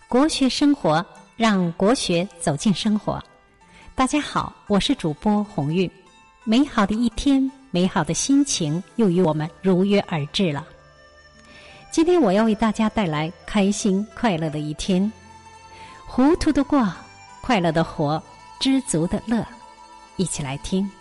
国学生活，让国学走进生活。大家好，我是主播鸿运。美好的一天，美好的心情又与我们如约而至了。今天我要为大家带来开心快乐的一天。糊涂的过，快乐的活，知足的乐。一起来听。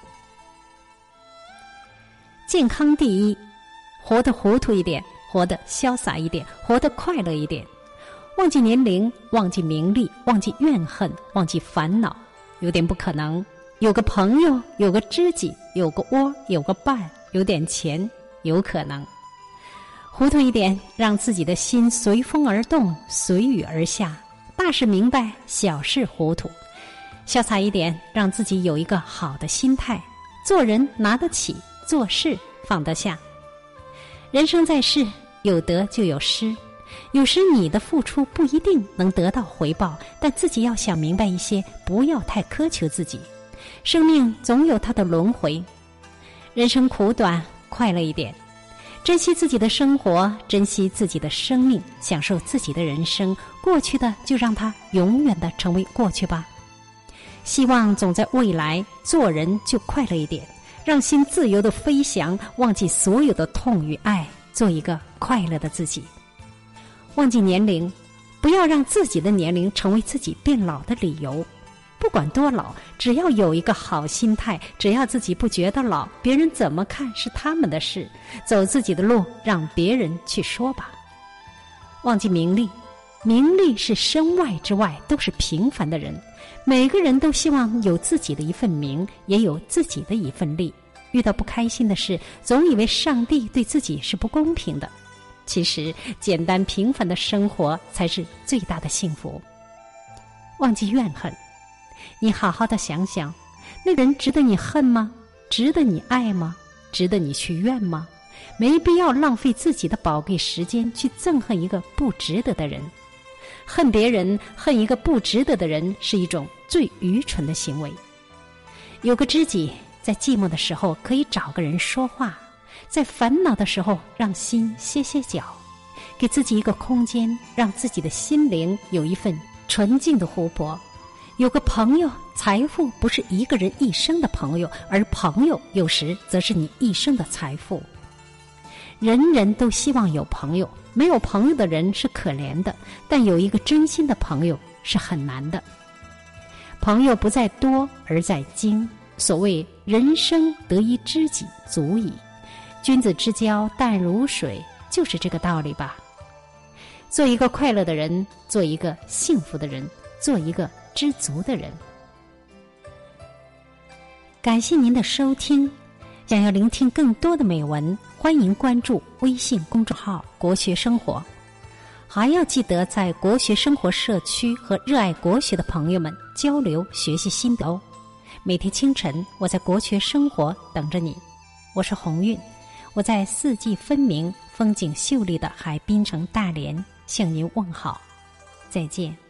健康第一，活得糊涂一点，活得潇洒一点，活得快乐一点。忘记年龄，忘记名利，忘记怨恨，忘记烦恼，有点不可能。有个朋友，有个知己，有个窝，有个伴，有点钱，有可能。糊涂一点，让自己的心随风而动，随雨而下，大事明白，小事糊涂。潇洒一点，让自己有一个好的心态，做人拿得起，做事放得下。人生在世，有得就有失，有时你的付出不一定能得到回报，但自己要想明白一些，不要太苛求自己。生命总有它的轮回，人生苦短，快乐一点，珍惜自己的生活，珍惜自己的生命，享受自己的人生。过去的就让它永远的成为过去吧。希望总在未来，做人就快乐一点，让心自由的飞翔，忘记所有的痛与爱，做一个快乐的自己。忘记年龄，不要让自己的年龄成为自己变老的理由。不管多老，只要有一个好心态，只要自己不觉得老，别人怎么看是他们的事，走自己的路，让别人去说吧。忘记名利，名利是身外之外，都是平凡的人，每个人都希望有自己的一份名，也有自己的一份利。遇到不开心的事，总以为上帝对自己是不公平的，其实简单平凡的生活才是最大的幸福。忘记怨恨，你好好的想想，那个人值得你恨吗？值得你爱吗？值得你去怨吗？没必要浪费自己的宝贵时间去憎恨一个不值得的人。恨别人，恨一个不值得的人，是一种最愚蠢的行为。有个知己，在寂寞的时候可以找个人说话，在烦恼的时候让心歇歇脚，给自己一个空间，让自己的心灵有一份纯净的湖泊。有个朋友，财富不是一个人一生的朋友，而朋友有时则是你一生的财富。人人都希望有朋友，没有朋友的人是可怜的，但有一个真心的朋友是很难的。朋友不在多，而在精。所谓人生得一知己足矣，君子之交淡如水，就是这个道理吧。做一个快乐的人，做一个幸福的人，做一个知足的人。感谢您的收听，想要聆听更多的美文，欢迎关注微信公众号国学生活。还要记得在国学生活社区和热爱国学的朋友们交流学习心得哦。每天清晨，我在国学生活等着你。我是鸿运，我在四季分明、风景秀丽的海滨城大连向您问好，再见。